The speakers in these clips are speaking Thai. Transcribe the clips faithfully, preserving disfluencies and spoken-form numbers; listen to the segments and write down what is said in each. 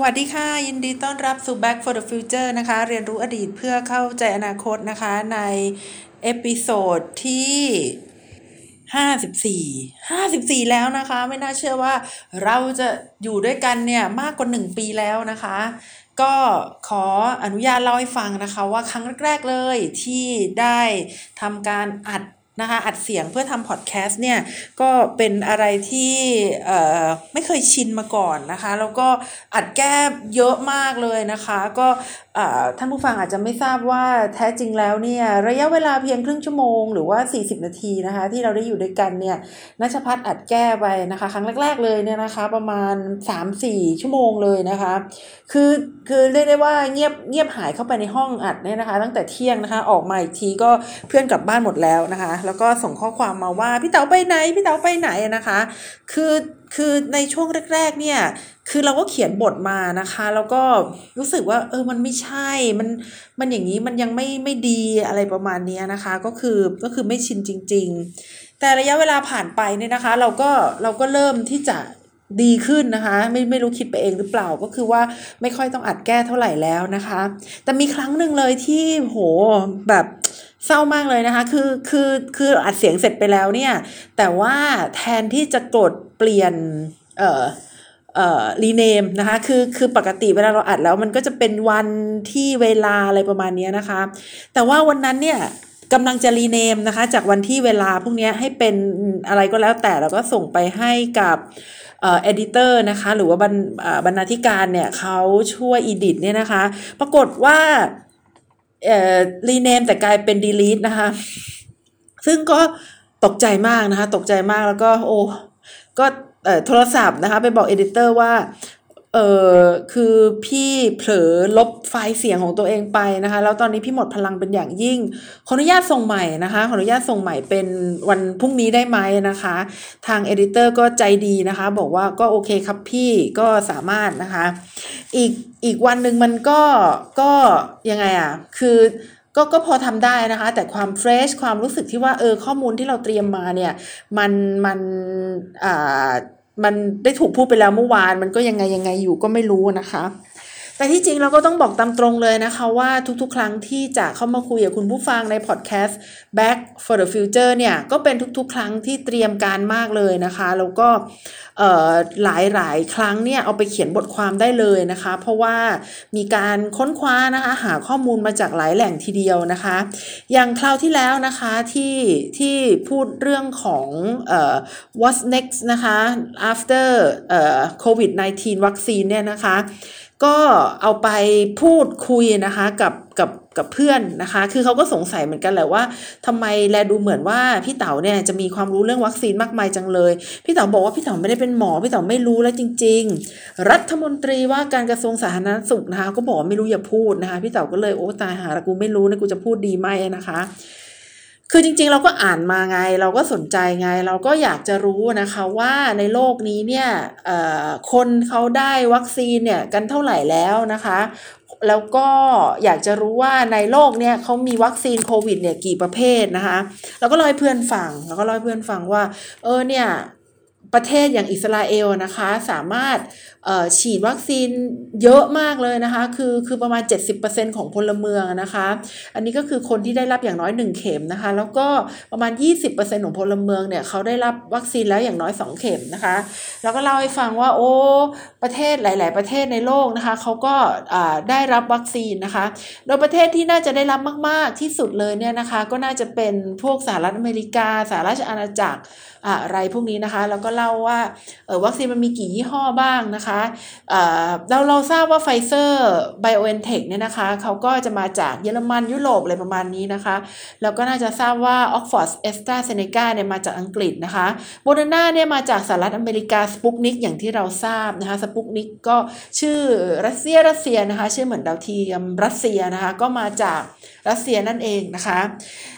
วัสดีค่ะยินดีต้อนรับสู่ Back for the Future นะคะเรียนรู้อดีตเพื่อเข้าใจอนาคตนะคะในเอพิโซดที่ห้าสิบสี่ห้าสิบสี่แล้วนะคะไม่น่าเชื่อว่าเราจะอยู่ด้วยกันเนี่ยมากกว่าหนึ่งปีแล้วนะคะก็ขออนุญาตเล่าให้ฟังนะคะว่าครั้งแรกๆเลยที่ได้ทำการอัดนะคะอัดเสียงเพื่อทำพอดแคสต์เนี่ยก็เป็นอะไรที่เอ่อไม่เคยชินมาก่อนนะคะแล้วก็อัดแก้เยอะมากเลยนะคะก็เอ่อท่านผู้ฟังอาจจะไม่ทราบว่าแท้จริงแล้วเนี่ยระยะเวลาเพียงครึ่งชั่วโมงหรือว่าสี่สิบนาทีนะคะที่เราได้อยู่ด้วยกันเนี่ยณชภัทรอัดแก้ไปนะคะครั้งแรกๆเลยเนี่ยนะคะประมาณ สามถึงสี่ ชั่วโมงเลยนะคะคือคือเรียกได้ว่าเงียบเงียบหายเข้าไปในห้องอัดเนี่ยนะคะตั้งแต่เที่ยงนะคะออกมาอีกทีก็เพื่อนกลับบ้านหมดแล้วนะคะแล้วก็ส่งข้อความมาว่าพี่เต๋าไปไหนพี่เต๋าไปไหนนะคะคือคือในช่วงแรกๆเนี่ยคือเราก็เขียนบทมานะคะแล้วก็รู้สึกว่าเออมันไม่ใช่มันมันอย่างนี้มันยังไม่ไม่ดีอะไรประมาณนี้นะคะก็คือก็คือไม่ชินจริงๆแต่ระยะเวลาผ่านไปเนี่ยนะคะเราก็เราก็เริ่มที่จะดีขึ้นนะคะไม่ไม่รู้คิดไปเองหรือเปล่าก็คือว่าไม่ค่อยต้องอัดแก้เท่าไหร่แล้วนะคะแต่มีครั้งหนึ่งเลยที่โหแบบเศร้ามากเลยนะคะคือคือคืออัดเสียงเสร็จไปแล้วเนี่ยแต่ว่าแทนที่จะกดเปลี่ยนเอ่อเอ่อรีเนมนะคะคือคือปกติเวลาเราอัดแล้วมันก็จะเป็นวันที่เวลาอะไรประมาณนี้นะคะแต่ว่าวันนั้นเนี่ยกำลังจะรีเนมนะคะจากวันที่เวลาพวกนี้ให้เป็นอะไรก็แล้วแต่แล้วก็ส่งไปให้กับเอ่อ editor นะคะหรือว่าบรรบรรณาธิการเนี่ยเขาช่วย edit เนี่ยนะคะปรากฏว่าเอ่อ rename แต่กลายเป็น delete นะคะซึ่งก็ตกใจมากนะคะตกใจมากแล้วก็โอ้ก็เอ่อโทรศัพท์นะคะไปบอก editor ว่าเออคือพี่เผลอลบไฟล์เสียงของตัวเองไปนะคะแล้วตอนนี้พี่หมดพลังเป็นอย่างยิ่งขออนุญาตส่งใหม่นะคะขออนุญาตส่งใหม่เป็นวันพรุ่งนี้ได้ไหมนะคะทาง editor ก็ใจดีนะคะบอกว่าก็โอเคครับพี่ก็สามารถนะคะอีกอีกวันหนึ่งมันก็ก็ยังไงอ่ะคือก็ก็พอทำได้นะคะแต่ความเฟรชความรู้สึกที่ว่าเออข้อมูลที่เราเตรียมมาเนี่ยมันมันอ่ามันได้ถูกพูดไปแล้วเมื่อวานมันก็ยังไงยังไงอยู่ก็ไม่รู้นะคะแต่ที่จริงเราก็ต้องบอกตามตรงเลยนะคะว่าทุกๆครั้งที่จะเข้ามาคุยกับคุณผู้ฟังในพอดแคสต์ Back for the Future เนี่ยก็เป็นทุกๆครั้งที่เตรียมการมากเลยนะคะแล้วก็เอ่อหลายๆครั้งเนี่ยเอาไปเขียนบทความได้เลยนะคะเพราะว่ามีการค้นคว้านะคะหาข้อมูลมาจากหลายแหล่งทีเดียวนะคะอย่างคราวที่แล้วนะคะที่ที่พูดเรื่องของเอ่อ what's next นะคะ after เอ่อ โควิด สิบเก้า วัคซีนเนี่ยนะคะก็เอาไปพูดคุยนะคะกับกับกับเพื่อนนะคะคือเขาก็สงสัยเหมือนกันแหละว่าทำไมแลดูเหมือนว่าพี่เต๋าเนี่ยจะมีความรู้เรื่องวัคซีนมากมายจังเลยพี่เต๋าบอกว่าพี่เต๋าไม่ได้เป็นหมอพี่เต๋าไม่รู้แล้วจริงๆรัฐมนตรีว่าการกระทรวงสาธารณสุขนะคะก็บอกว่าไม่รู้อย่าพูดนะคะพี่เต๋าก็เลยโอ้ตายหาแล้วกูไม่รู้นะกูจะพูดดีไหมนะคะคือจริงๆเราก็อ่านมาไงเราก็สนใจไงเราก็อยากจะรู้นะคะว่าในโลกนี้เนี่ยคนเขาได้วัคซีนเนี่ยกันเท่าไหร่แล้วนะคะแล้วก็อยากจะรู้ว่าในโลกเนี่ยเขามีวัคซีนโควิดเนี่ยกี่ประเภทนะคะเราก็เล่าให้เพื่อนฟังแล้วก็เล่าให้เพื่อนฟังว่าเออเนี่ยประเทศอย่างอิสราเอลนะคะสามารถฉีดวัคซีนเยอะมากเลยนะคะคือคือประมาณ เจ็ดสิบเปอร์เซ็นต์ ของพลเมืองนะคะอันนี้ก็คือคนที่ได้รับอย่างน้อยหนึ่งเข็มนะคะแล้วก็ประมาณ ยี่สิบเปอร์เซ็นต์ ของพลเมืองเนี่ยเขาได้รับวัคซีนแล้วอย่างน้อยสองเข็มนะคะแล้วก็เล่าให้ฟังว่าโอ้ประเทศหลายๆประเทศในโลกนะคะเขาก็ได้รับวัคซีนนะคะโดยประเทศที่น่าจะได้รับมากๆที่สุดเลยเนี่ยนะคะก็น่าจะเป็นพวกสหรัฐอเมริกาสหราชอาณาจักรอะไรพวกนี้นะคะแล้วก็เล่าว่าเออวัคซีนมันมีกี่ยี่ห้อบ้างนะคะเอ่อเราเราทราบว่าไฟเซอร์ BioNTech เนี่ยนะคะเขาก็จะมาจากเยอรมันยุโรปอะไรประมาณนี้นะคะแล้วก็น่าจะทราบว่า Oxford AstraZeneca เนี่ยมาจากอังกฤษนะคะโมเดอร์นาเนี่ยมาจากสหรัฐอเมริกาสปุกนิกอย่างที่เราทราบนะคะสปุกนิกก็ชื่อรัสเซียรัสเซียนะคะชื่อเหมือนดาวเทียมรัสเซียนะคะก็มาจากรัสเซียนั่นเองนะคะ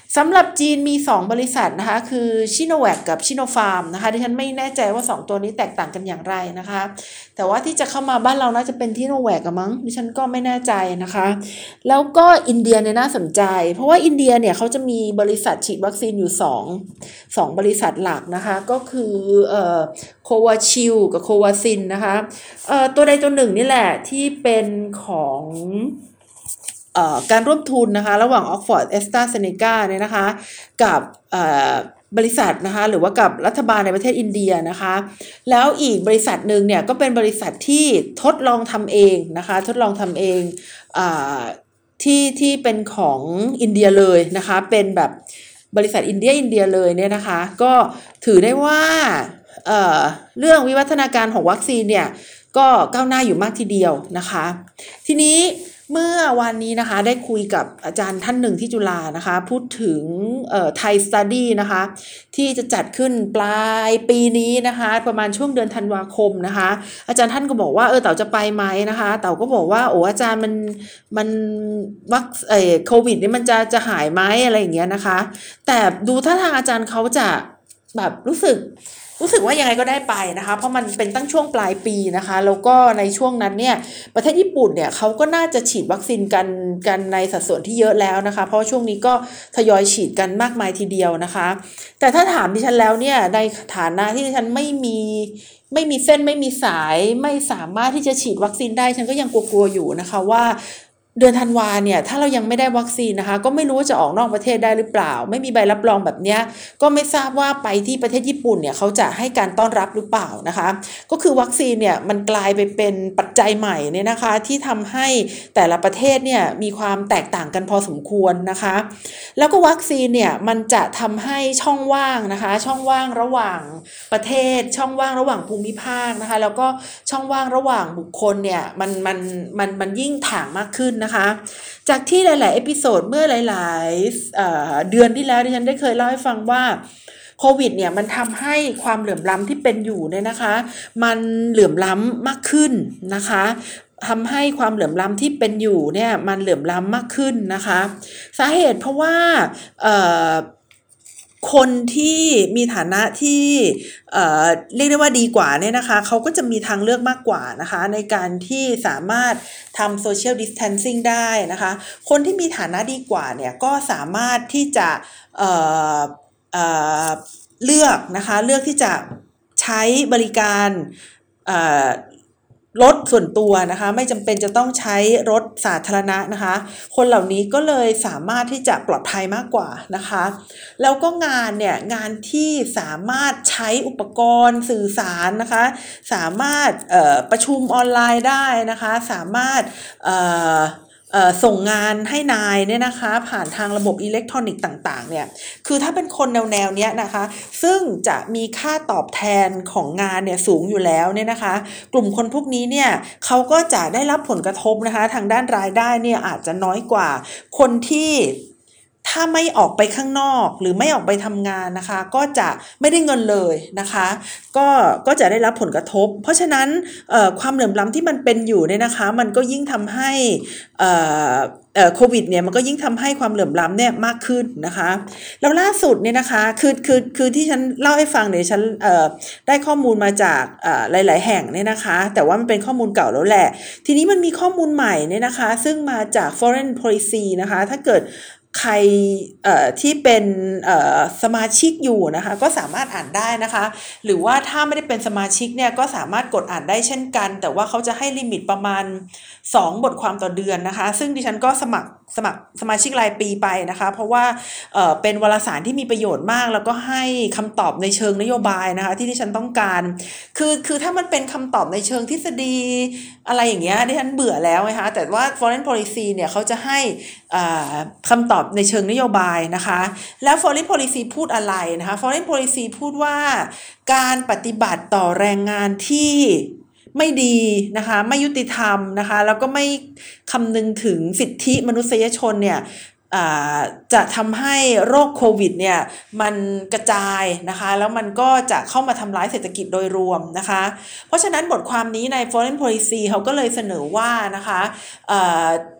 สำหรับจีนมีสองบริษัทนะคะคือชิโนแวคกับชิโนฟาร์มนะคะดิฉันไม่แน่ใจว่าสองตัวนี้แตกต่างกันอย่างไรนะคะแต่ว่าที่จะเข้ามาบ้านเราน่าจะเป็นที่โนแวคกันมั้งดิฉันก็ไม่แน่ใจนะคะแล้วก็อินเดียเนี่ยน่าสนใจเพราะว่าอินเดียเนี่ยเขาจะมีบริษัทฉีดวัคซีนอยู่สองสองบริษัทหลักนะคะก็คือเอ่อโควาชิลกับโควาซินนะคะเอ่อตัวใดตัวหนึ่งนี่แหละที่เป็นของการร่วมทุนนะคะระหว่าง Oxford AstraZeneca เนี่ยนะคะกับบริษัทนะคะหรือว่ากับรัฐบาลในประเทศอินเดียนะคะแล้วอีกบริษัทหนึ่งเนี่ยก็เป็นบริษัทที่ทดลองทำเองนะคะทดลองทำเองอที่ที่เป็นของอินเดียเลยนะคะเป็นแบบบริษัทอินเดียอินเดียเลยเนี่ยนะคะก็ถือได้ว่าเอ่อเรื่องวิวัฒนาการของวัคซีนเนี่ยก็ก้าวหน้าอยู่มากทีเดียวนะคะทีนี้เมื่อวันนี้นะคะได้คุยกับอาจารย์ท่านหนึ่งที่จุฬานะคะพูดถึงเอ่อไทยสตัดดี้นะคะที่จะจัดขึ้นปลายปีนี้นะคะประมาณช่วงเดือนธันวาคมนะคะอาจารย์ท่านก็บอกว่าเออเต๋าจะไปไหมนะคะเต๋าก็บอกว่าโอ้อาจารย์มันมันวัคเอ่อโควิดนี่มันจะจะหายไหมอะไรอย่างเงี้ยนะคะแต่ดูท่าทางอาจารย์เขาจะแบบรู้สึกรู้สึกว่ายังไงก็ได้ไปนะคะเพราะมันเป็นตั้งช่วงปลายปีนะคะแล้วก็ในช่วงนั้นเนี่ยประเทศญี่ปุ่นเนี่ยเขาก็น่าจะฉีดวัคซีนกันกันในสัดส่วนที่เยอะแล้วนะคะเพราะช่วงนี้ก็ทยอยฉีดกันมากมายทีเดียวนะคะแต่ถ้าถามดิฉันแล้วเนี่ยในฐานะที่ดิฉันไม่มีไม่มีเส้นไม่มีสายไม่สามารถที่จะฉีดวัคซีนได้ฉันก็ยังกลัวๆอยู่นะคะว่าเดือนธันวาเนี่ยถ้าเรายังไม่ได้วัคซีนนะคะก็ไม่รู้ว่าจะออกนอกประเทศได้หรือเปล่าไม่มีใบรับรองแบบเนี้ยก็ไม่ทราบว่าไปที่ประเทศญี่ปุ่นเนี่ยเขาจะให้การต้อนรับหรือเปล่านะคะก็คือวัคซีนเนี่ยมันกลายไปเป็นปัจจัยใหม่เนี่ยนะคะที่ทำให้แต่ละประเทศเนี่ยมีความแตกต่างกันพอสมควรนะคะแล้วก็วัคซีนเนี่ยมันจะทำให้ช่องว่างนะคะช่องว่างระหว่างประเทศช่องว่างระหว่างภูมิภาคนะคะแล้วก็ช่องว่างระหว่างบุคคลเนี่ยมันมันมันมันยิ่งถ่างมากขึ้นนะคะจากที่หลายๆเอพิโซดเมื่อหลายๆเอ่อเดือนที่แล้วที่ฉันได้เคยเล่าให้ฟังว่าโควิดเนี่ยมันทำให้ความเหลื่อมล้ำที่เป็นอยู่เนี่ยนะคะมันเหลื่อมล้ำมากขึ้นนะคะทำให้ความเหลื่อมล้ำที่เป็นอยู่เนี่ยมันเหลื่อมล้ำมากขึ้นนะคะสาเหตุเพราะว่าเอ่อคนที่มีฐานะที่เอ่อเรียกได้ว่าดีกว่าเนี่ยนะคะเขาก็จะมีทางเลือกมากกว่านะคะในการที่สามารถทำ social distancing ได้นะคะคนที่มีฐานะดีกว่าเนี่ยก็สามารถที่จะเอ่อเอ่อเลือกนะคะเลือกที่จะใช้บริการเอ่อรถส่วนตัวนะคะไม่จำเป็นจะต้องใช้รถสาธารณะนะคะคนเหล่านี้ก็เลยสามารถที่จะปลอดภัยมากกว่านะคะแล้วก็งานเนี่ยงานที่สามารถใช้อุปกรณ์สื่อสารนะคะสามารถประชุมออนไลน์ได้นะคะสามารถส่งงานให้นายเนี่ยนะคะผ่านทางระบบอิเล็กทรอนิกส์ต่างๆเนี่ยคือถ้าเป็นคนแนวๆเนี้ยนะคะซึ่งจะมีค่าตอบแทนของงานเนี่ยสูงอยู่แล้วเนี่ยนะคะกลุ่มคนพวกนี้เนี่ยเขาก็จะได้รับผลกระทบนะคะทางด้านรายได้เนี่ยอาจจะน้อยกว่าคนที่ถ้าไม่ออกไปข้างนอกหรือไม่ออกไปทำงานนะคะก็จะไม่ได้เงินเลยนะคะก็ก็จะได้รับผลกระทบเพราะฉะนั้นความเหลื่อมล้ำที่มันเป็นอยู่เนี่ยนะคะมันก็ยิ่งทำให้โควิดเนี่ยมันก็ยิ่งทำให้ความเหลื่อมล้ำเนี่ยมากขึ้นนะคะแล้วล่าสุดเนี่ยนะคะคือคือคือที่ฉันเล่าให้ฟังเนี่ยฉันได้ข้อมูลมาจากหลายๆแห่งเนี่ยนะคะแต่ว่ามันเป็นข้อมูลเก่าแล้วแหละทีนี้มันมีข้อมูลใหม่เนี่ยนะคะซึ่งมาจาก foreign policy นะคะถ้าเกิดใครที่เป็นสมาชิกอยู่นะคะก็สามารถอ่านได้นะคะหรือว่าถ้าไม่ได้เป็นสมาชิกเนี่ยก็สามารถกดอ่านได้เช่นกันแต่ว่าเขาจะให้ลิมิตประมาณสองบทความต่อเดือนนะคะซึ่งดิฉันก็สมัครสมัครสมาชิกรายปีไปนะคะเพราะว่าเอ่อเป็นวารสารที่มีประโยชน์มากแล้วก็ให้คำตอบในเชิงนโยบายนะคะที่ดิฉันต้องการคือคือถ้ามันเป็นคำตอบในเชิงทฤษฎีอะไรอย่างเงี้ยดิฉันเบื่อแล้วนะคะแต่ว่า foreign policy เนี่ยเขาจะให้อ่าคำตอบในเชิงนโยบายนะคะแล้ว foreign policy พูดอะไรนะคะ foreign policy พูดว่าการปฏิบัติต่อแรงงานที่ไม่ดีนะคะไม่ยุติธรรมนะคะแล้วก็ไม่คำนึงถึงสิทธิมนุษยชนเนี่ยจะทำให้โรคโควิดเนี่ยมันกระจายนะคะแล้วมันก็จะเข้ามาทำร้ายเศรษฐกิจโดยรวมนะคะเพราะฉะนั้นบทความนี้ใน Foreign Policy เขาก็เลยเสนอว่านะคะ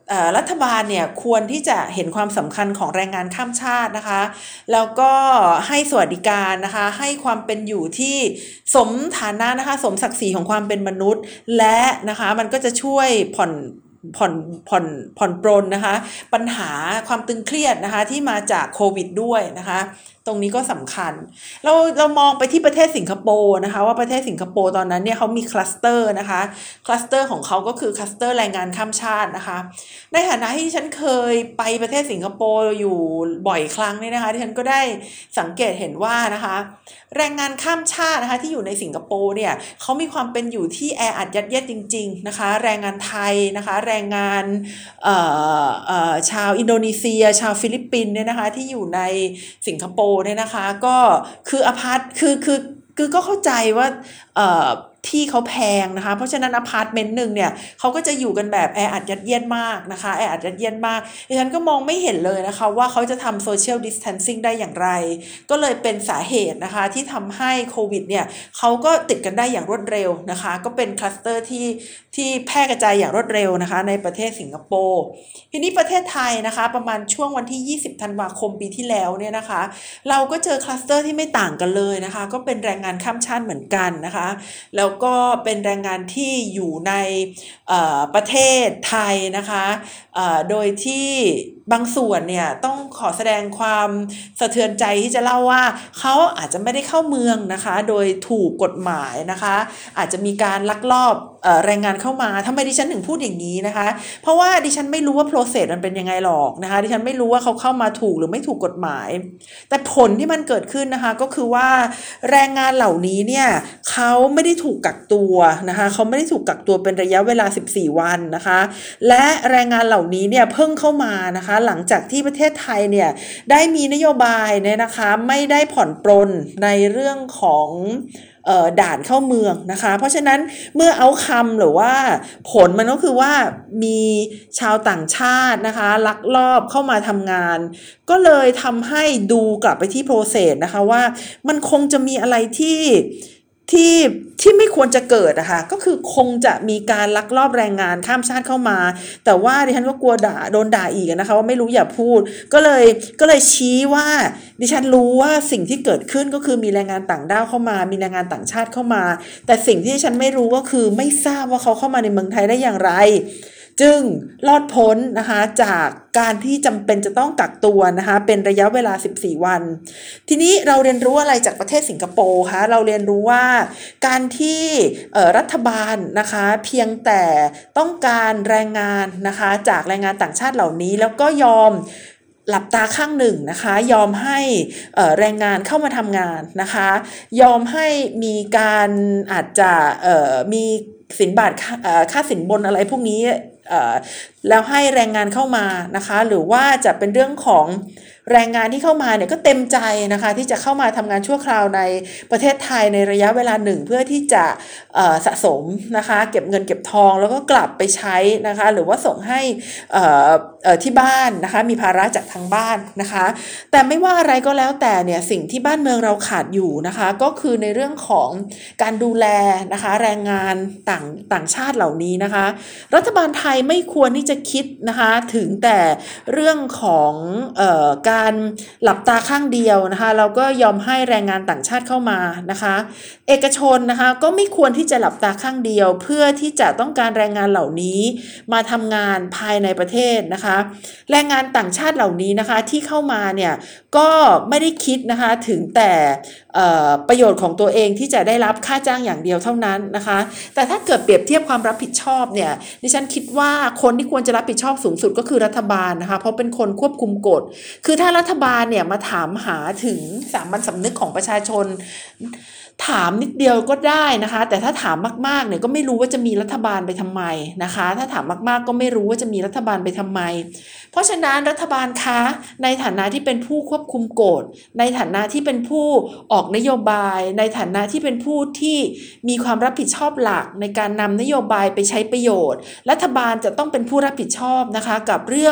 รัฐบาลเนี่ยควรที่จะเห็นความสำคัญของแรงงานข้ามชาตินะคะแล้วก็ให้สวัสดิการนะคะให้ความเป็นอยู่ที่สมฐานะนะคะสมศักดิ์ศรีของความเป็นมนุษย์และนะคะมันก็จะช่วยผ่อนผ่อนผ่อนผ่อนปรนนะคะปัญหาความตึงเครียดนะคะที่มาจากโควิดด้วยนะคะตรงนี้ก็สำคัญเราเรามองไปที่ประเทศสิงคโปร์นะคะว่าประเทศสิงคโปร์ตอนนั้นเนี่ยเขามีคลัสเตอร์นะคะคลัสเตอร์ของเขาก็คือคลัสเตอร์แรงงานข้ามชาตินะคะในฐานะที่ฉันเคยไปประเทศสิงคโปร์อยู่บ่อยครั้งเนี่ยนะคะที่ฉันก็ได้สังเกตเห็นว่านะคะแรงงานข้ามชาตินะคะที่อยู่ในสิงคโปร์เนี่ยเขามีความเป็นอยู่ที่แออัดยัดเยียดจริงๆนะคะแรงงานไทยนะคะแรงงานเอ่อเอ่อชาวอินโดนีเซียชาวฟิลิปปินส์เนี่ยนะคะที่อยู่ในสิงคโปร์เนี่ยนะคะก็คืออพาร์ตคือคือคือก็เข้าใจว่าเอ่อที่เขาแพงนะคะเพราะฉะนั้นอพาร์ตเมนต์หนึ่งเนี่ยเขาก็จะอยู่กันแบบแออัดยัดเยียดมากนะคะแออัดยัดเยียดมากดิฉันก็มองไม่เห็นเลยนะคะว่าเขาจะทำโซเชียลดิสแทนซิ่งได้อย่างไรก็เลยเป็นสาเหตุนะคะที่ทำให้โควิดเนี่ยเขาก็ติดกันได้อย่างรวดเร็วนะคะก็เป็นคลัสเตอร์ที่ที่แพร่กระจายอย่างรวดเร็วนะคะในประเทศสิงคโปร์ทีนี้ประเทศไทยนะคะประมาณช่วงวันที่ยี่สิบธันวาคมปีที่แล้วเนี่ยนะคะเราก็เจอคลัสเตอร์ที่ไม่ต่างกันเลยนะคะก็เป็นแรงงานข้ามชาติเหมือนกันนะคะแล้วก็เป็นแรงงานที่อยู่ในประเทศไทยนะคะโดยที่บางส่วนเนี่ยต้องขอแสดงความสะเทือนใจที่จะเล่าว่าเขาอาจจะไม่ได้เข้าเมืองนะคะโดยถูกกฎหมายนะคะอาจจะมีการลักลอบแรงงานเข้ามาทำไมดิฉันถึงพูดอย่างนี้นะคะเพราะว่าดิฉันไม่รู้ว่าโปรเซสมันเป็นยังไงหรอกนะคะดิฉันไม่รู้ว่าเขาเข้ามาถูกหรือไม่ถูกกฎหมายแต่ผลที่มันเกิดขึ้นนะคะก็คือว่าแรงงานเหล่านี้เนี่ยเขาไม่ได้ถูกกักตัวนะคะเขาไม่ได้ถูกกักตัวเป็นระยะเวลาสิบสี่วันนะคะและแรงงานเหล่านี้เนี่ยเพิ่งเข้ามานะคะหลังจากที่ประเทศไทยเนี่ยได้มีนโยบายเนี่ยนะคะไม่ได้ผ่อนปรนในเรื่องของด่านเข้าเมืองนะคะเพราะฉะนั้นเมื่อเอาคำหรือว่าผลมันก็คือว่ามีชาวต่างชาตินะคะลักลอบเข้ามาทำงานก็เลยทำให้ดูกลับไปที่โปรเซสนะคะว่ามันคงจะมีอะไรที่ที่ที่ไม่ควรจะเกิดอะค่ะก็คือคงจะมีการลักลอบแรงงานข้ามชาติเข้ามาแต่ว่าดิฉันก็กลัวด่าโดนด่าอีกนะคะว่าไม่รู้อย่าพูดก็เลยก็เลยชี้ว่าดิฉันรู้ว่าสิ่งที่เกิดขึ้นก็คือมีแรงงานต่างด้าวเข้ามามีแรงงานต่างชาติเข้ามาแต่สิ่งที่ดิฉันไม่รู้ก็คือไม่ทราบว่าเขาเข้ามาในเมืองไทยได้อย่างไรจึงรอดพ้นนะคะจากการที่จำเป็นจะต้องกักตัวนะคะเป็นระยะเวลาสิบสี่วันทีนี้เราเรียนรู้อะไรจากประเทศสิงคโปร์คะเราเรียนรู้ว่าการที่รัฐบาลนะคะเพียงแต่ต้องการแรงงานนะคะจากแรงงานต่างชาติเหล่านี้แล้วก็ยอมหลับตาข้างหนึ่งนะคะยอมให้แรงงานเข้ามาทำงานนะคะยอมให้มีการอาจจะมีสินบาทค่าสินบนอะไรพวกนี้แล้วให้แรงงานเข้ามานะคะหรือว่าจะเป็นเรื่องของแรงงานที่เข้ามาเนี่ยก็เต็มใจนะคะที่จะเข้ามาทำงานชั่วคราวในประเทศไทยในระยะเวลาหนึ่งเพื่อที่จะสะสมนะคะเก็บเงินเก็บทองแล้วก็กลับไปใช้นะคะหรือว่าส่งให้ที่บ้านนะคะมีภาระจากทางบ้านนะคะแต่ไม่ว่าอะไรก็แล้วแต่เนี่ยสิ่งที่บ้านเมืองเราขาดอยู่นะคะก็คือในเรื่องของการดูแลนะคะแรงงานต่างต่างชาติเหล่านี้นะคะรัฐบาลไทยไม่ควรที่จะคิดนะคะถึงแต่เรื่องของเอ่อการหลับตาข้างเดียวนะคะเราก็ยอมให้แรงงานต่างชาติเข้ามานะคะเอกชนนะคะก็ไม่ควรที่จะหลับตาข้างเดียวเพื่อที่จะต้องการแรงงานเหล่านี้มาทำงานภายในประเทศนะคะแรงงานต่างชาติเหล่านี้นะคะที่เข้ามาเนี่ยก็ไม่ได้คิดนะคะถึงแต่ประโยชน์ของตัวเองที่จะได้รับค่าจ้างอย่างเดียวเท่านั้นนะคะแต่ถ้าเกิดเปรียบเทียบความรับผิดชอบเนี่ยดิฉันคิดว่าคนที่ควรจะรับผิดชอบสูงสุดก็คือรัฐบาลนะคะเพราะเป็นคนควบคุมกฎคือถ้ารัฐบาลเนี่ยมาถามหาถึงสามัญสำนึกของประชาชนถามนิดเดียวก็ได้นะคะแต่ถ้าถามมากๆเนี่ยก็ไม่รู้ว่าจะมีรัฐบาลไปทำไมนะคะถ้าถามมากๆก็ไม่รู้ว่าจะมีรัฐบาลไปทำไมเพราะฉะนั้นรัฐบาลคะในฐานะที่เป็นผู้ควบคุมกฎในฐานะที่เป็นผู้ออกนโยบายในฐานะที่เป็นผู้ที่มีความรับผิดชอบหลักในการนำนโยบายไปใช้ประโยชน์รัฐบาลจะต้องเป็นผู้รับผิดชอบนะคะกับเรื่อง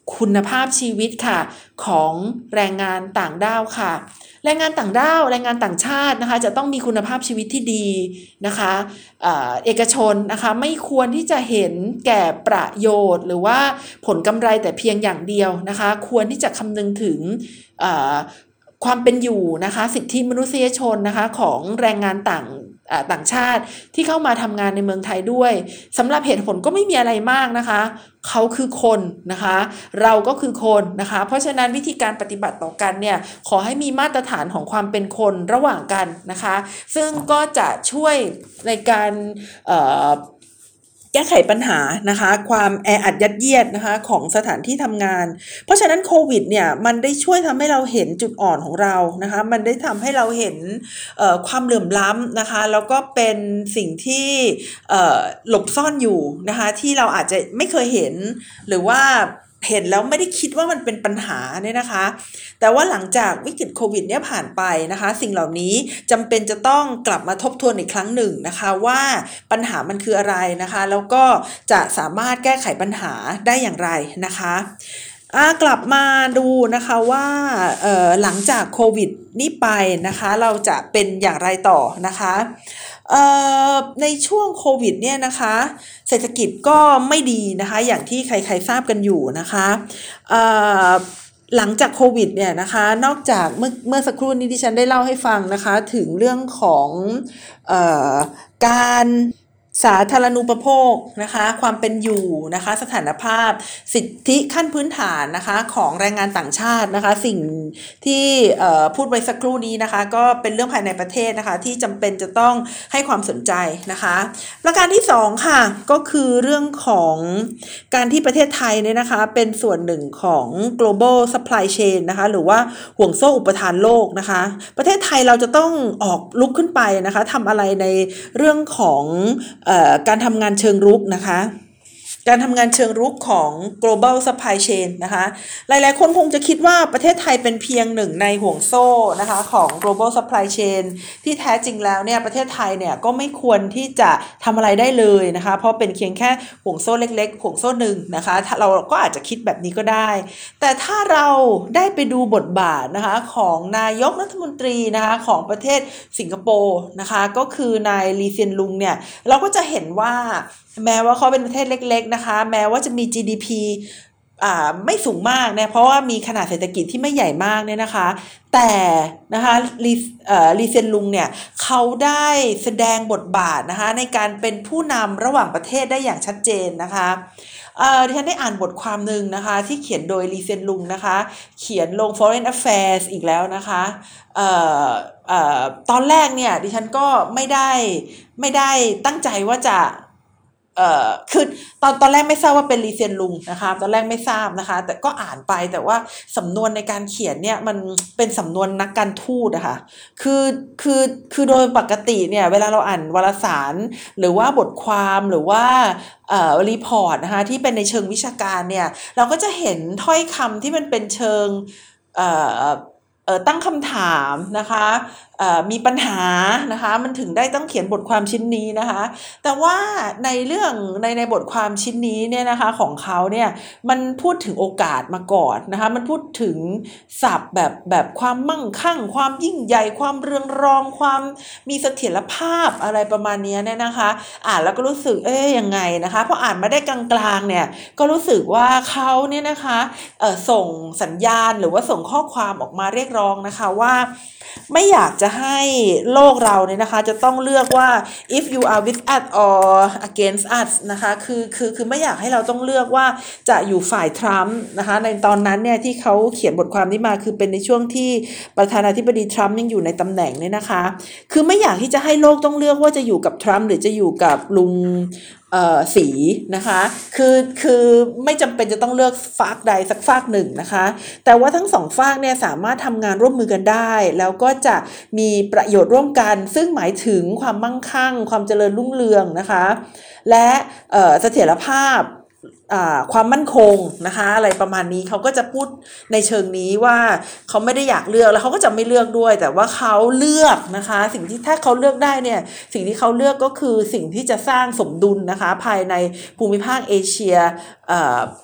คุณภาพชีวิตค่ะของแรงงานต่างด้าวค่ะแรงงานต่างด้าวแรงงานต่างชาตินะคะจะต้องมีคุณภาพชีวิตที่ดีนะคะเอ่อเอกชนนะคะไม่ควรที่จะเห็นแก่ประโยชน์หรือว่าผลกำไรแต่เพียงอย่างเดียวนะคะควรที่จะคำนึงถึงเอ่อความเป็นอยู่นะคะสิทธิมนุษยชนนะคะของแรงงานต่างต่างชาติที่เข้ามาทำงานในเมืองไทยด้วยสำหรับเหตุผลก็ไม่มีอะไรมากนะคะเขาคือคนนะคะเราก็คือคนนะคะเพราะฉะนั้นวิธีการปฏิบัติต่อกันเนี่ยขอให้มีมาตรฐานของความเป็นคนระหว่างกันนะคะซึ่งก็จะช่วยในการเอ่อแก้ไขปัญหานะคะความแออัดยัดเยียดนะคะของสถานที่ทำงานเพราะฉะนั้นโควิดเนี่ยมันได้ช่วยทำให้เราเห็นจุดอ่อนของเรานะคะมันได้ทำให้เราเห็นความเหลื่อมล้ำนะคะแล้วก็เป็นสิ่งที่หลบซ่อนอยู่นะคะที่เราอาจจะไม่เคยเห็นหรือว่าเห็นแล้วไม่ได้คิดว่ามันเป็นปัญหาเนี่ยนะคะแต่ว่าหลังจากวิกฤตโควิดเนี่ยผ่านไปนะคะสิ่งเหล่านี้จำเป็นจะต้องกลับมาทบทวนอีกครั้งหนึ่งนะคะว่าปัญหามันคืออะไรนะคะแล้วก็จะสามารถแก้ไขปัญหาได้อย่างไรนะคะกลับมาดูนะคะว่าหลังจากโควิดนี้ไปนะคะเราจะเป็นอย่างไรต่อนะคะในช่วงโควิดเนี่ยนะคะเศรษฐกิจก็ไม่ดีนะคะอย่างที่ใครๆทราบกันอยู่นะคะหลังจากโควิดเนี่ยนะคะนอกจากเมื่อเมื่อสักครู่นี้ที่ฉันได้เล่าให้ฟังนะคะถึงเรื่องของเอ่อการสาธารณูปโภคนะคะความเป็นอยู่นะคะสถานภาพสิทธิขั้นพื้นฐานนะคะของแรงงานต่างชาตินะคะสิ่งที่พูดไปสักครู่นี้นะคะก็เป็นเรื่องภายในประเทศนะคะที่จำเป็นจะต้องให้ความสนใจนะคะประการที่สองค่ะก็คือเรื่องของการที่ประเทศไทยเนี่ยนะคะเป็นส่วนหนึ่งของ global supply chain นะคะหรือว่าห่วงโซ่อุปทานโลกนะคะประเทศไทยเราจะต้องออกลุกขึ้นไปนะคะทำอะไรในเรื่องของเอ่อการทำงานเชิงรุกนะคะการทำงานเชิงรุกของ global supply chain นะคะหลายๆคนคงจะคิดว่าประเทศไทยเป็นเพียงหนึ่งในห่วงโซ่นะคะของ global supply chain ที่แท้จริงแล้วเนี่ยประเทศไทยเนี่ยก็ไม่ควรที่จะทำอะไรได้เลยนะคะเพราะเป็นเพียงแค่ห่วงโซ่เล็กๆห่วงโซ่หนึ่งนะคะเราก็อาจจะคิดแบบนี้ก็ได้แต่ถ้าเราได้ไปดูบทบาทนะคะของนายกรัฐมนตรีนะคะของประเทศสิงคโปร์นะคะก็คือนายลีเซียนลุงเนี่ยเราก็จะเห็นว่าแม้ว่าเขาเป็นประเทศเล็กๆนะคะแม้ว่าจะมี จี ดี พี อ่าไม่สูงมากเนี่ยเพราะว่ามีขนาดเศรษฐกิจที่ไม่ใหญ่มากเนี่ยนะคะแต่นะคะลีเอ่อลีเซียนลุงเนี่ยเขาได้แสดงบทบาทนะคะในการเป็นผู้นำระหว่างประเทศได้อย่างชัดเจนนะคะเอ่อดิฉันได้อ่านบทความหนึ่งนะคะที่เขียนโดยลีเซียนลุงนะคะเขียนลง Foreign Affairs อีกแล้วนะคะเอ่อเอ่อตอนแรกเนี่ยดิฉันก็ไม่ได้ไม่ได้ตั้งใจว่าจะเอ่อคือตอนตอนแรกไม่ทราบว่าเป็นลีเซียนลุงนะคะตอนแรกไม่ทราบนะคะแต่ก็อ่านไปแต่ว่าสำนวนในการเขียนเนี่ยมันเป็นสำนวนนักการทูตนะคะคือคือคือโดยปกติเนี่ยเวลาเราอ่านวารสารหรือว่าบทความหรือว่าเอ่อรีพอร์ตนะคะที่เป็นในเชิงวิชาการเนี่ยเราก็จะเห็นถ้อยคำที่มันเป็นเชิงเอ่อเอ่อตั้งคำถามนะคะเอ่อมีปัญหานะคะมันถึงได้ต้องเขียนบทความชิ้นนี้นะคะแต่ว่าในเรื่องในในบทความชิ้นนี้เนี่ยนะคะของเขาเนี่ยมันพูดถึงโอกาสมาก่อนนะคะมันพูดถึงศัพท์แบบแบบความมั่งคั่งความยิ่งใหญ่ความเรืองรองความมีเสถียรภาพอะไรประมาณนี้เนี่ยนะคะอ่านแล้วก็รู้สึกเอ๊ยยังไงนะคะพออ่านมาได้กลางๆเนี่ยก็รู้สึกว่าเขาเนี่ยนะคะเอ่อส่งสัญญาณหรือว่าส่งข้อความออกมาเรียกร้องนะคะว่าไม่อยากจะให้โลกเราเนี่ยนะคะจะต้องเลือกว่า if you are with us or against us นะคะคือคือคือไม่อยากให้เราต้องเลือกว่าจะอยู่ฝ่ายทรัมป์นะคะในตอนนั้นเนี่ยที่เขาเขียนบทความนี้มาคือเป็นในช่วงที่ประธานาธิบดีทรัมป์ยังอยู่ในตำแหน่งเนี่ยนะคะคือไม่อยากที่จะให้โลกต้องเลือกว่าจะอยู่กับทรัมป์หรือจะอยู่กับลุงเอ่อสีนะคะคือคือไม่จำเป็นจะต้องเลือกฝากใดสักฝากหนึ่งนะคะแต่ว่าทั้งสองฝากเนี่ยสามารถทำงานร่วมมือกันได้แล้วก็จะมีประโยชน์ร่วมกันซึ่งหมายถึงความมั่งคั่งความเจริญรุ่งเรืองนะคะและเอ่อเสถียรภาพความมั่นคงนะคะอะไรประมาณนี้เขาก็จะพูดในเชิงนี้ว่าเขาไม่ได้อยากเลือกแล้วเขาก็จะไม่เลือกด้วยแต่ว่าเขาเลือกนะคะสิ่งที่ถ้าเขาเลือกได้เนี่ยสิ่งที่เขาเลือกก็คือสิ่งที่จะสร้างสมดุลนะคะภายในภูมิภาคเอเชีย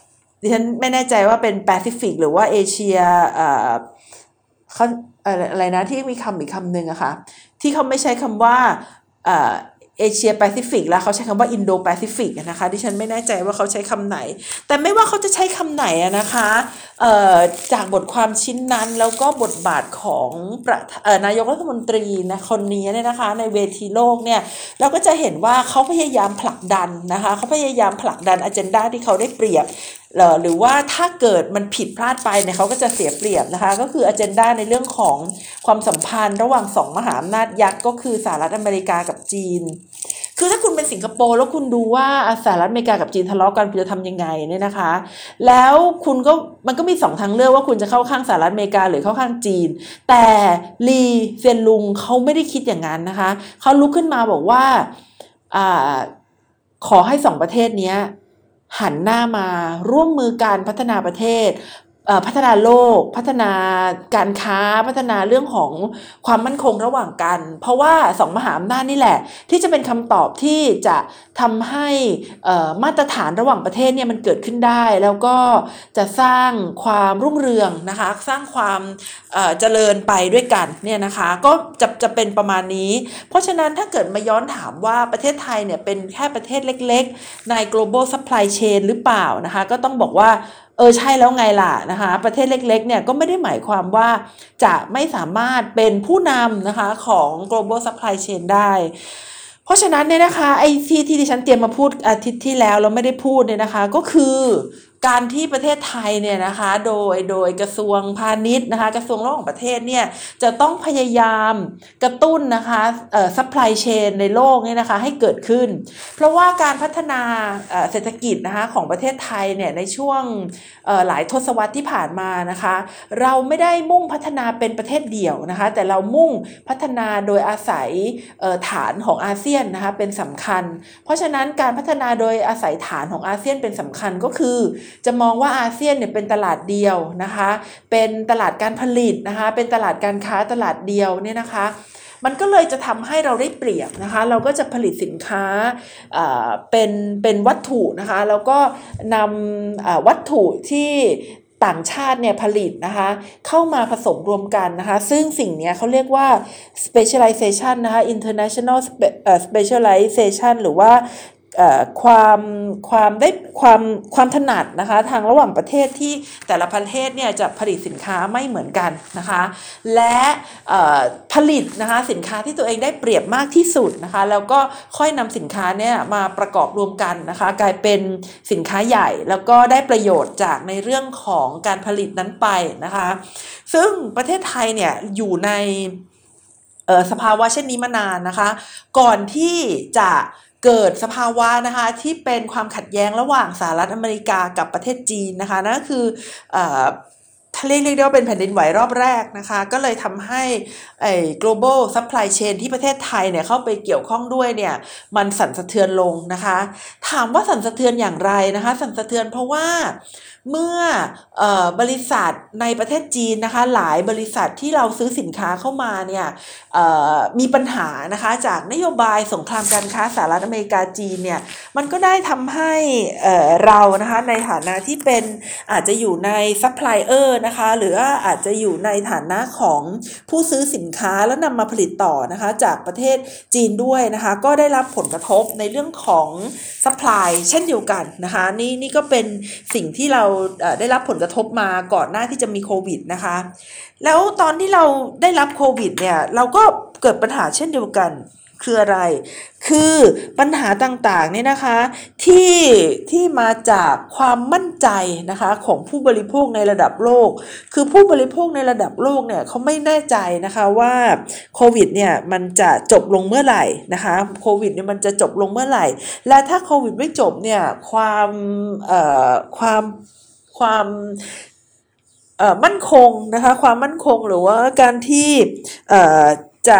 ดิฉันไม่แน่ใจว่าเป็นแปซิฟิกหรือว่าเอเชียเอ่อเขาอะไรนะที่มีคำอีกคำหนึ่งอะค่ะที่เขาไม่ใช้คำว่าเอ่อเอเชียแปซิฟิกแล้วเขาใช้คำว่าอินโดแปซิฟิกนะคะดิฉันไม่แน่ใจว่าเขาใช้คำไหนแต่ไม่ว่าเขาจะใช้คำไหนอะนะคะเอ่อจากบทความชิ้นนั้นแล้วก็บทบาทของประเอ่อนายกรัฐมนตรีนะคนนี้เนี่ยนะคะในเวทีโลกเนี่ยเราก็จะเห็นว่าเขาพยายามผลักดันนะคะเขาพยายามผลักดันอเจนดาที่เขาได้เปรียบหรือว่าถ้าเกิดมันผิดพลาดไปเนี่ยเขาก็จะเสียเปรียบนะคะก็คืออเจนดาในเรื่องของความสัมพันธ์ระหว่างสองมหาอำนาจยักษ์ก็คือสหรัฐอเมริกากับจีนคือถ้าคุณเป็นสิงคโปร์แล้วคุณดูว่าสหรัฐอเมริกากับจีนทะเลาะกันคุณจะทำยังไงเนี่ยนะคะแล้วคุณก็มันก็มีสองทางเลือกว่าคุณจะเข้าข้างสหรัฐอเมริกาหรือเข้าข้างจีนแต่ลีเซียนลุงเขาไม่ได้คิดอย่างนั้นนะคะเขาลุกขึ้นมาบอกว่าอ่าขอให้สองประเทศนี้หันหน้ามาร่วมมือการพัฒนาประเทศพัฒนาโลกพัฒนาการค้าพัฒนาเรื่องของความมั่นคงระหว่างกันเพราะว่าสองมหาอำนาจนี่แหละที่จะเป็นคำตอบที่จะทำให้มาตรฐานระหว่างประเทศเนี่ยมันเกิดขึ้นได้แล้วก็จะสร้างความรุ่งเรืองนะคะสร้างความเจริญไปด้วยกันเนี่ยนะคะก็จะจะเป็นประมาณนี้เพราะฉะนั้นถ้าเกิดมาย้อนถามว่าประเทศไทยเนี่ยเป็นแค่ประเทศเล็กๆใน global supply chain หรือเปล่านะคะก็ต้องบอกว่าเออใช่แล้วไงล่ะนะคะประเทศเล็กๆเนี่ยก็ไม่ได้หมายความว่าจะไม่สามารถเป็นผู้นำนะคะของ global supply chain ได้เพราะฉะนั้นเนี่ยนะคะไอ้ที่ที่ดิฉันเตรียมมาพูดอาทิตย์ที่แล้วเราไม่ได้พูดเนี่ยนะคะก็คือการที่ประเทศไทยเนี่ยนะคะโดยโดยกระทรวงพาณิชย์นะคะกระทรวงระหว่างประเทศเนี่ยจะต้องพยายามกระตุ้นนะคะเอ่อ supply chain ในโลกเนี่ยนะคะให้เกิดขึ้นเพราะว่าการพัฒนาเอ่อเศรษฐกิจนะคะของประเทศไทยเนี่ยในช่วงเอ่อหลายทศวรรษที่ผ่านมานะคะเราไม่ได้มุ่งพัฒนาเป็นประเทศเดี่ยวนะคะแต่เรามุ่งพัฒนาโดยอาศัยเอ่อฐานของอาเซียนนะคะเป็นสำคัญเพราะฉะนั้นการพัฒนาโดยอาศัยฐานของอาเซียนเป็นสำคัญก็คือจะมองว่าอาเซียนเนี่ยเป็นตลาดเดียวนะคะเป็นตลาดการผลิตนะคะเป็นตลาดการค้าตลาดเดียวเนี่ยนะคะมันก็เลยจะทำให้เราได้เปรียบนะคะเราก็จะผลิตสินค้าเป็นเป็นวัตถุนะคะแล้วก็นำวัตถุที่ต่างชาติเนี่ยผลิตนะคะเข้ามาผสมรวมกันนะคะซึ่งสิ่งนี้เขาเรียกว่า specialization นะคะ international specialization หรือว่าความความได้ความความถนัดนะคะทางระหว่างประเทศที่แต่ละประเทศเนี่ยจะผลิตสินค้าไม่เหมือนกันนะคะและผลิตนะคะสินค้าที่ตัวเองได้เปรียบมากที่สุดนะคะแล้วก็ค่อยนำสินค้าเนี่ยมาประกอบรวมกันนะคะกลายเป็นสินค้าใหญ่แล้วก็ได้ประโยชน์จากในเรื่องของการผลิตนั้นไปนะคะซึ่งประเทศไทยเนี่ยอยู่ในสภาวะเช่นนี้มานานนะคะก่อนที่จะเกิดสภาวะนะคะที่เป็นความขัดแย้งระหว่างสหรัฐอเมริกากับประเทศจีนนะคะนั่นก็คือเรียกเรียกได้ว่าเป็นแผ่นดินไหวรอบแรกนะคะก็เลยทำให้ไอ้ global supply chain ที่ประเทศไทยเนี่ยเข้าไปเกี่ยวข้องด้วยเนี่ยมันสั่นสะเทือนลงนะคะถามว่าสั่นสะเทือนอย่างไรนะคะสั่นสะเทือนเพราะว่าเมื่อเอ่อบริษัทในประเทศจีนนะคะหลายบริษัทที่เราซื้อสินค้าเข้ามาเนี่ยเอ่อมีปัญหานะคะจากนโยบายสงครามการค้าสหรัฐอเมริกาจีนเนี่ยมันก็ได้ทำให้เอ่อเรานะคะในฐานะที่เป็นอาจจะอยู่ในซัพพลายเออร์นะคะหรือว่าอาจจะอยู่ในฐานะของผู้ซื้อสินค้าแล้วนำมาผลิตต่อนะคะจากประเทศจีนด้วยนะคะก็ได้รับผลกระทบในเรื่องของซัพพลายเช่นเดียวกันนะคะนี่นี่ก็เป็นสิ่งที่เราได้รับผลกระทบมาก่อนหน้าที่จะมีโควิดนะคะแล้วตอนที่เราได้รับโควิดเนี่ยเราก็เกิดปัญหาเช่นเดียวกันคืออะไรคือปัญหาต่างๆเนี่ยนะคะที่ที่มาจากความมั่นใจนะคะของผู้บริโภคในระดับโลกคือผู้บริโภคในระดับโลกเนี่ยเขาไม่แน่ใจนะคะว่าโควิดเนี่ยมันจะจบลงเมื่อไหร่นะคะโควิดเนี่ยมันจะจบลงเมื่อไหร่และถ้าโควิดไม่จบเนี่ยความเอ่อความความเอ่อมั่นคงนะคะความมั่นคงหรือว่าการที่เอ่อจะ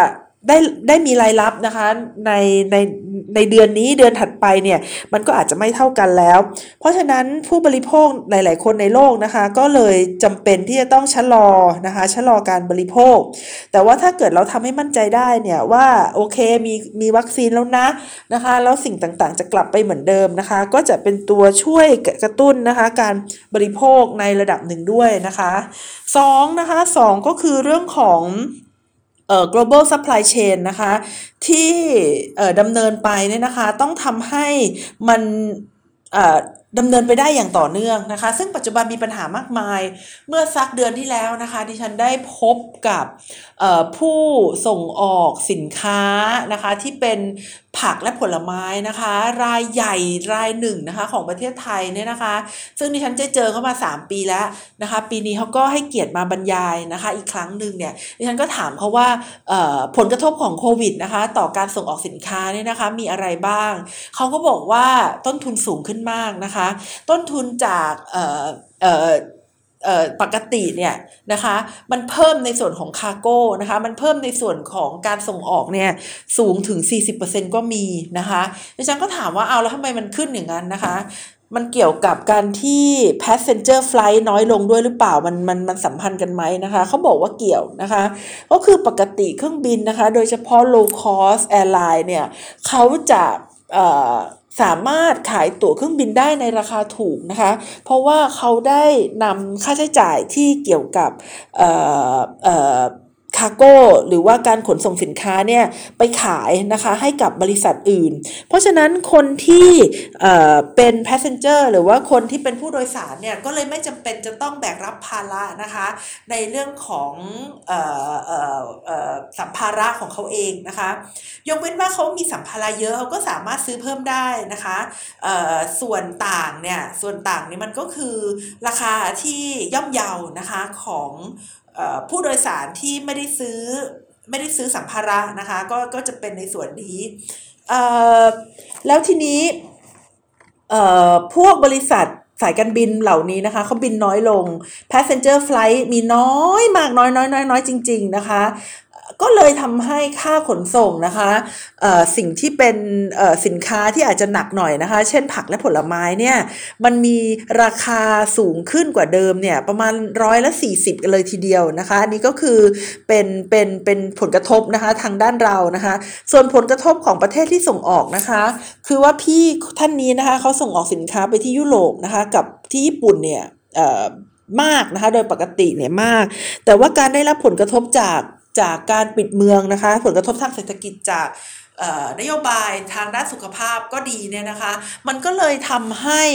ได้ได้มีรายรับนะคะในในในเดือนนี้เดือนถัดไปเนี่ยมันก็อาจจะไม่เท่ากันแล้วเพราะฉะนั้นผู้บริโภคหลายๆคนในโลกนะคะก็เลยจำเป็นที่จะต้องชะลอนะคะชะลอการบริโภคแต่ว่าถ้าเกิดเราทำให้มั่นใจได้เนี่ยว่าโอเคมีมีวัคซีนแล้วนะนะคะแล้วสิ่งต่างๆจะกลับไปเหมือนเดิมนะคะก็จะเป็นตัวช่วยกระตุ้นนะคะการบริโภคในระดับหนึ่งด้วยนะคะสองนะคะสองก็คือเรื่องของเอ่อ global supply chain นะคะที่เอ่อดำเนินไปเนี่ยนะคะต้องทำให้มันเอ่อดำเนินไปได้อย่างต่อเนื่องนะคะซึ่งปัจจุบันมีปัญหามากมายเมื่อสักเดือนที่แล้วนะคะดิฉันได้พบกับผู้ส่งออกสินค้านะคะที่เป็นผักและผลไม้นะคะรายใหญ่รายหนึ่งนะคะของประเทศไทยเนี่ยนะคะซึ่งดิฉันจะเจอเขามาสามปีแล้วนะคะปีนี้เขาก็ให้เกียรติมาบรรยายนะคะอีกครั้งหนึ่งเนี่ยดิฉันก็ถามเขาว่าผลกระทบของโควิดนะคะต่อการส่งออกสินค้าเนี่ยนะคะมีอะไรบ้างเขาก็บอกว่าต้นทุนสูงขึ้นมากนะคะต้นทุนจากเอ่อเอ่อปกติเนี่ยนะคะมันเพิ่มในส่วนของคาร์โก้นะคะมันเพิ่มในส่วนของการส่งออกเนี่ยสูงถึง สี่สิบเปอร์เซ็นต์ ก็มีนะคะดิฉันก็ถามว่าเอาแล้วทำไมมันขึ้นอย่างนั้นนะคะมันเกี่ยวกับการที่ passenger flight น้อยลงด้วยหรือเปล่ามันมันมันสัมพันธ์กันไหมนะคะเขาบอกว่าเกี่ยวนะคะก็คือปกติเครื่องบินนะคะโดยเฉพาะ low cost airline เนี่ยเขาจะเอ่อสามารถขายตั๋วเครื่องบินได้ในราคาถูกนะคะเพราะว่าเขาได้นำค่าใช้จ่ายที่เกี่ยวกับเอ่อเอ่อคาร์โก้หรือว่าการขนส่งสินค้าเนี่ยไปขายนะคะให้กับบริษัทอื่นเพราะฉะนั้นคนที่เอ่อเป็น passenger หรือว่าคนที่เป็นผู้โดยสารเนี่ยก็เลยไม่จำเป็นจะต้องแบกรับภาระนะคะในเรื่องของเอ่อเอ่อเอ่อสัมภาระของเขาเองนะคะยกเว้นว่าเขามีสัมภาระเยอะเขาก็สามารถซื้อเพิ่มได้นะคะเอ่อส่วนต่างเนี่ยส่วนต่างนี่มันก็คือราคาที่ย่อมเยานะคะของผู้โดยสารที่ไม่ได้ซื้อไม่ได้ซื้อสัมภาระนะคะก็ก็จะเป็นในส่วนนี้แล้วทีนี้พวกบริษัทสายการบินเหล่านี้นะคะเขาบินน้อยลง passenger flight มีน้อยมากน้อยน้อยน้อยน้อยจริงๆนะคะก็เลยทำให้ค่าขนส่งนะคะสิ่งที่เป็นสินค้าที่อาจจะหนักหน่อยนะคะเช่นผักและผลไม้เนี่ยมันมีราคาสูงขึ้นกว่าเดิมเนี่ยประมาณร้อยละสี่สิบกันเลยทีเดียวนะคะอันนี้ก็คือเป็นเป็นเป็นผลกระทบนะคะทางด้านเรานะคะส่วนผลกระทบของประเทศที่ส่งออกนะคะคือว่าพี่ท่านนี้นะคะเขาส่งออกสินค้าไปที่ยุโรปนะคะกับที่ญี่ปุ่นเนี่ยมากนะคะโดยปกติเนี่ยมากแต่ว่าการได้รับผลกระทบจากจากการปิดเมืองนะคะผลกระทบทางเศรษฐกิจจากนโยบายทางด้านสุขภาพก็ดีเนี่ยนะคะมันก็เลยทำให้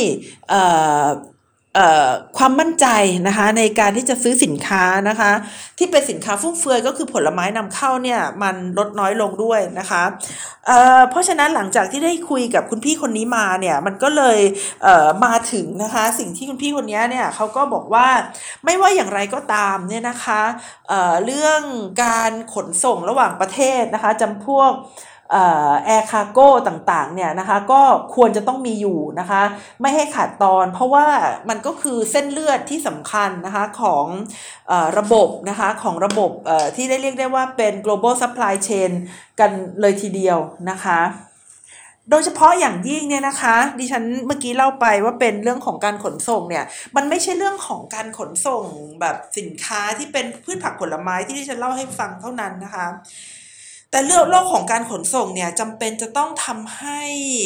ความมั่นใจนะคะในการที่จะซื้อสินค้านะคะที่เป็นสินค้าฟุ่มเฟือยก็คือผลไม้นำเข้าเนี่ยมันลดน้อยลงด้วยนะคะเอ่อเพราะฉะนั้นหลังจากที่ได้คุยกับคุณพี่คนนี้มาเนี่ยมันก็เลยเอ่อมาถึงนะคะสิ่งที่คุณพี่คนนี้เนี่ยเขาก็บอกว่าไม่ว่าอย่างไรก็ตามเนี่ยนะคะเอ่อเรื่องการขนส่งระหว่างประเทศนะคะจำพวกแอร์คาร์โก้ต่างๆเนี่ยนะคะก็ควรจะต้องมีอยู่นะคะไม่ให้ขาดตอนเพราะว่ามันก็คือเส้นเลือดที่สำคัญนะคะของเอ่อระบบนะคะของระบบเอ่อที่ได้เรียกได้ว่าเป็น global supply chain กันเลยทีเดียวนะคะโดยเฉพาะอย่างยิ่งเนี่ยนะคะดิฉันเมื่อกี้เล่าไปว่าเป็นเรื่องของการขนส่งเนี่ยมันไม่ใช่เรื่องของการขนส่งแบบสินค้าที่เป็นพืชผักผลไม้ที่ดิฉันเล่าให้ฟังเท่านั้นนะคะแต่เรื่องโลกของการขนส่งเนี่ยจำเป็นจะต้องทำให้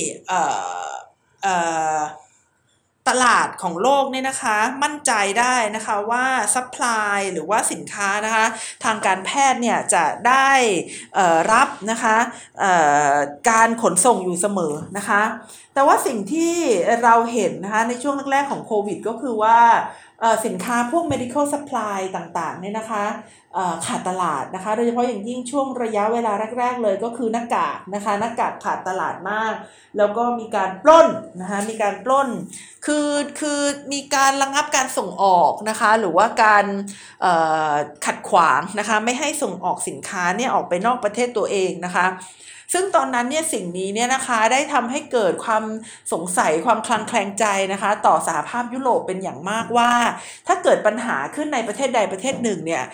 ตลาดของโลกเนี่ยนะคะมั่นใจได้นะคะว่าซัพพลายหรือว่าสินค้านะคะทางการแพทย์เนี่ยจะได้รับนะคะการขนส่งอยู่เสมอนะคะแต่ว่าสิ่งที่เราเห็นนะคะในช่วงแรกๆของโควิดก็คือว่าสินค้าพวก medical supply ต่างๆเนี่ยนะคะขาดตลาดนะคะโดยเฉพาะอย่างยิ่งช่วงระยะเวลาแรกๆเลยก็คือหน้ากากนะคะหน้ากากขาดตลาดมากแล้วก็มีการปล้นนะคะมีการปล้นคือคือมีการระงับการส่งออกนะคะหรือว่าการขัดขวางนะคะไม่ให้ส่งออกสินค้าเนี่ยออกไปนอกประเทศตัวเองนะคะซึ่งตอนนั้นเนี่ยสิ่งนี้เนี่ยนะคะได้ทำให้เกิดความสงสัยความคลางแคลงใจนะคะต่อสหภาพยุโรปเป็นอย่างมากว่าถ้าเกิดปัญหาขึ้นในประเทศใดประเทศหนึ่งเนี่ยความ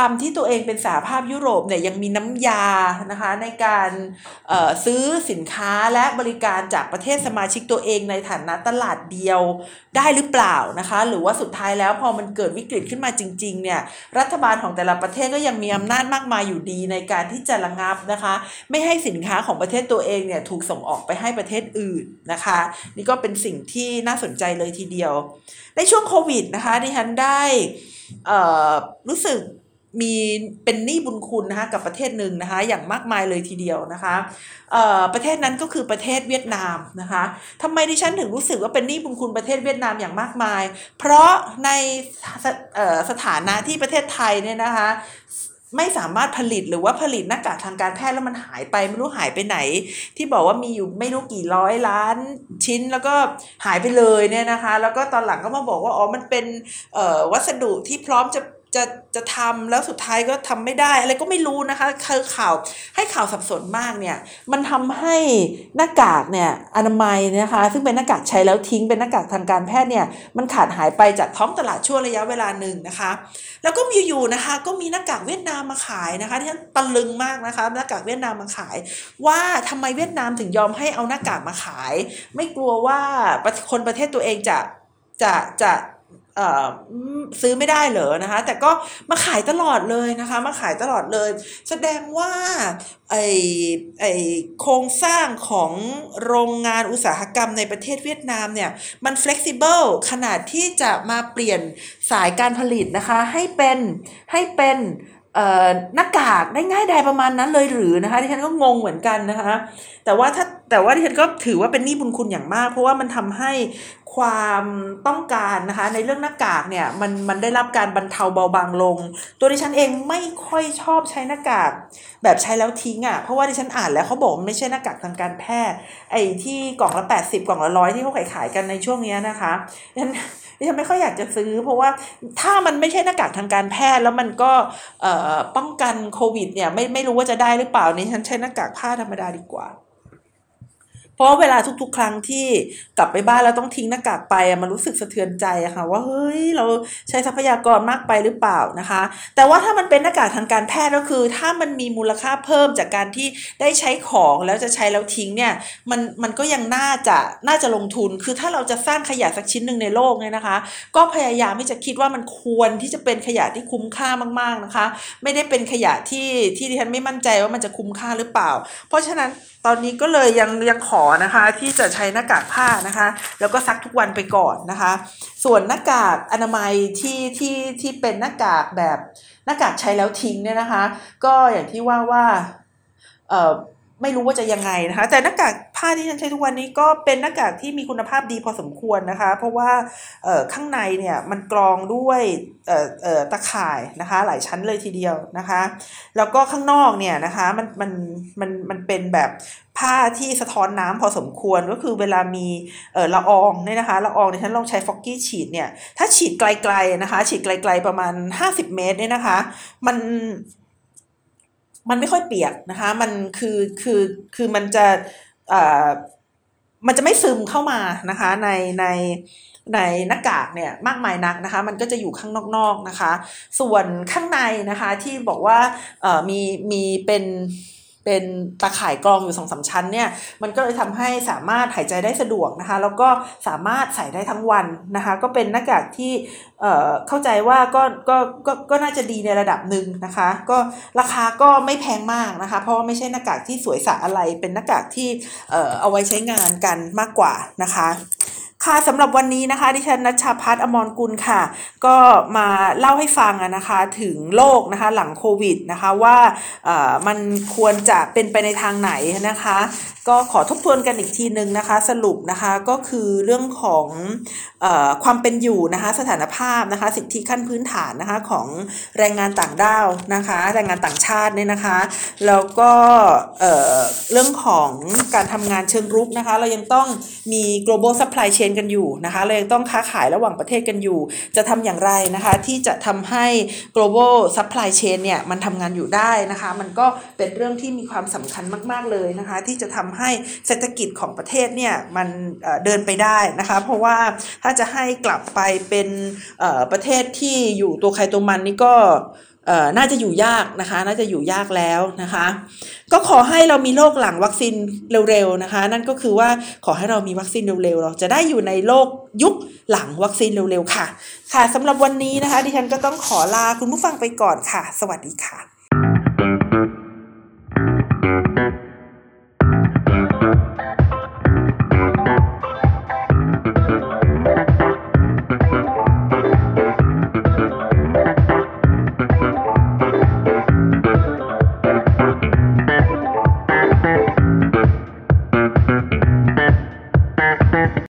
ความที่ตัวเองเป็นสหภาพยุโรปเนี่ยยังมีน้ำยานะคะในการเอ่อซื้อสินค้าและบริการจากประเทศสมาชิกตัวเองในฐานะตลาดเดียวได้หรือเปล่านะคะหรือว่าสุดท้ายแล้วพอมันเกิดวิกฤตขึ้นมาจริงๆเนี่ยรัฐบาลของแต่ละประเทศก็ยังมีอำนาจมากมายอยู่ดีในการที่จะระงับนะคะไม่ให้สินค้าของประเทศตัวเองเนี่ยถูกส่งออกไปให้ประเทศอื่นนะคะนี่ก็เป็นสิ่งที่น่าสนใจเลยทีเดียวในช่วงโควิดนะคะดิฉันได้เอ่อรู้สึกมีเป็นหนี้บุญคุณนะคะกับประเทศหนึ่งนะคะอย่างมากมายเลยทีเดียวนะคะเอ่อประเทศนั้นก็คือประเทศเวียดนามนะคะทำไมดิฉันถึงรู้สึกว่าเป็นหนี้บุญคุณประเทศเวียดนามอย่างมากมายเพราะในเอ่อสถานะที่ประเทศไทยเนี่ยนะคะไม่สามารถผลิตหรือว่าผลิตหน้ากากทางการแพทย์แล้วมันหายไปไม่รู้หายไปไหนที่บอกว่ามีอยู่ไม่รู้กี่ร้อยล้านชิ้นแล้วก็หายไปเลยเนี่ยนะคะแล้วก็ตอนหลังก็มาบอกว่าอ๋อมันเป็นเอ่อวัสดุที่พร้อมจะจะจะทำแล้วสุดท้ายก็ทำไม่ได้อะไรก็ไม่รู้นะคะคือข่าวให้ข่าวสับสนมากเนี่ยมันทำให้หน้ากากเนี่ยอนามัยนะคะซึ่งเป็นหน้ากากใช้แล้วทิ้งเป็นหน้ากากทางการแพทย์เนี่ยมันขาดหายไปจากท้องตลาดชั่วระยะเวลาหนึ่งนะคะแล้วก็มีอยู่นะคะก็มีหน้ากากเวียดนามมาขายนะคะที่ฉันตะลึงมากนะคะหน้ากากเวียดนามมาขายว่าทำไมเวียดนามถึงยอมให้เอาหน้ากากมาขายไม่กลัวว่าคนประเทศตัวเองจะจะจะเอ่อซื้อไม่ได้เหรอนะคะแต่ก็มาขายตลอดเลยนะคะมาขายตลอดเลยแสดงว่าไอไอโครงสร้างของโรงงานอุตสาหกรรมในประเทศเวียดนามเนี่ยมัน flexible ขนาดที่จะมาเปลี่ยนสายการผลิตนะคะให้เป็นให้เป็นเอ่อหน้ากากได้ง่ายดายประมาณนั้นเลยหรือนะคะที่ฉันก็งงเหมือนกันนะคะแต่ว่าถ้าแต่ว่าที่ฉันก็ถือว่าเป็นหนี้บุญคุณอย่างมากเพราะว่ามันทำให้ความต้องการนะคะในเรื่องหน้ากากเนี่ยมันมันได้รับการบรรเทาเบาบางลงตัวดิฉันเองไม่ค่อยชอบใช้หน้ากากแบบใช้แล้วทิ้งอ่ะเพราะว่าดิฉันอ่านแล้วเขาบอกไม่ใช่หน้ากากทางการแพทย์ไอ้ที่กล่องละแปดสิบกล่องละร้อยที่เขาขายขายกันในช่วงนี้นะคะดิฉันดิฉันไม่ค่อยอยากจะซื้อเพราะว่าถ้ามันไม่ใช่หน้ากากทางการแพทย์แล้วมันก็เอ่อป้องกันโควิดเนี่ยไม่ไม่รู้ว่าจะได้หรือเปล่านี่ฉันใช้หน้ากากผ้าธรรมดาดีกว่าเพราะเวลาทุกๆครั้งที่กลับไปบ้านแล้วต้องทิ้งหน้ากากไปมันรู้สึกสะเทือนใจอะค่ะว่าเฮ้ยเราใช้ทรัพยากรมากไปหรือเปล่านะคะแต่ว่าถ้ามันเป็นหน้ากากทางการแพทย์ก็คือถ้ามันมีมูลค่าเพิ่มจากการที่ได้ใช้ของแล้วจะใช้แล้วทิ้งเนี่ยมันมันก็ยังน่าจะน่าจะลงทุนคือถ้าเราจะสร้างขยะสักชิ้นหนึ่งในโลกเนี่ยนะคะก็พยายามที่จะคิดว่ามันควรที่จะเป็นขยะที่คุ้มค่ามากๆนะคะไม่ได้เป็นขยะที่ที่ดิฉันไม่มั่นใจว่ามันจะคุ้มค่าหรือเปล่าเพราะฉะนั้นตอนนี้ก็เลยยังยังขอนะคะที่จะใช้หน้ากากผ้านะคะแล้วก็ซักทุกวันไปก่อนนะคะส่วนหน้ากากอนามัยที่ที่ที่เป็นหน้ากากแบบหน้ากากใช้แล้วทิ้งเนี่ยนะคะก็อย่างที่ว่าว่าเอ่อไม่รู้ว่าจะยังไงนะคะแต่หน้ากากผ้าที่ฉันใช้ทุกวันนี้ก็เป็นหน้ากากที่มีคุณภาพดีพอสมควรนะคะเพราะว่าเอ่อข้างในเนี่ยมันกรองด้วยเอ่อเอ่อตะข่ายนะคะหลายชั้นเลยทีเดียวนะคะแล้วก็ข้างนอกเนี่ยนะคะมันมันมันมันเป็นแบบผ้าที่สะท้อนน้ำพอสมควรก็คือเวลามีเอ่อละอองเนี่ยนะคะละอองเนี่ยฉันลองใช้ฟอกกี้ฉีดเนี่ยถ้าฉีดไกลๆนะคะฉีดไกลๆประมาณห้าสิบเมตรเนี่ยนะคะมันมันไม่ค่อยเปียกนะคะมันคือคือคือมันจะเอ่อมันจะไม่ซึมเข้ามานะคะในในในหน้ากากเนี่ยมากมายนักนะคะมันก็จะอยู่ข้างนอกๆนะคะส่วนข้างในนะคะที่บอกว่าเอ่อมีมีเป็นเป็นตาข่ายกรองอยู่ สองสาม ชั้นเนี่ยมันก็เลยทำให้สามารถหายใจได้สะดวกนะคะแล้วก็สามารถใส่ได้ทั้งวันนะคะก็เป็นหน้ากากที่เอ่อเข้าใจว่าก็ก็ก็ก็น่าจะดีในระดับหนึ่งนะคะก็ราคาก็ไม่แพงมากนะคะเพราะว่าไม่ใช่หน้ากากที่สวยสะอะไรเป็นหน้ากากที่เอ่อเอาไว้ใช้งานกันมากกว่านะคะค่ะสำหรับวันนี้นะคะดิฉันณัชชาภัทร อมรกุลค่ะก็มาเล่าให้ฟังนะคะถึงโลกนะคะหลังโควิดนะคะว่าเอ่อมันควรจะเป็นไปในทางไหนนะคะก็ขอทบทวนกันอีกทีนึงนะคะสรุปนะคะก็คือเรื่องของเอ่อความเป็นอยู่นะคะสถานภาพนะคะสิทธิขั้นพื้นฐานนะคะของแรงงานต่างด้าวนะคะแรงงานต่างชาติเนี่ยนะคะแล้วก็เอ่อเรื่องของการทำงานเชิงรุกนะคะเรายังต้องมี global supply chain กันอยู่นะคะเรายังต้องค้าขายระหว่างประเทศกันอยู่จะทำอย่างไรนะคะที่จะทำให้ global supply chain เนี่ยมันทำงานอยู่ได้นะคะมันก็เป็นเรื่องที่มีความสำคัญมากๆเลยนะคะที่จะทำให้เศรษฐกิจของประเทศเนี่ยมันเดินไปได้นะคะเพราะว่าถ้าจะให้กลับไปเป็นประเทศที่อยู่ตัวใครตัวมันนี่ก็เอ่อน่าจะอยู่ยากนะคะน่าจะอยู่ยากแล้วนะคะก็ขอให้เรามีโลกหลังวัคซีนเร็วๆนะคะนั่นก็คือว่าขอให้เรามีวัคซีนเร็วๆเราจะได้อยู่ในโลกยุคหลังวัคซีนเร็วๆค่ะค่ะสำหรับวันนี้นะคะดิฉันก็ต้องขอลาคุณผู้ฟังไปก่อนค่ะสวัสดีค่ะ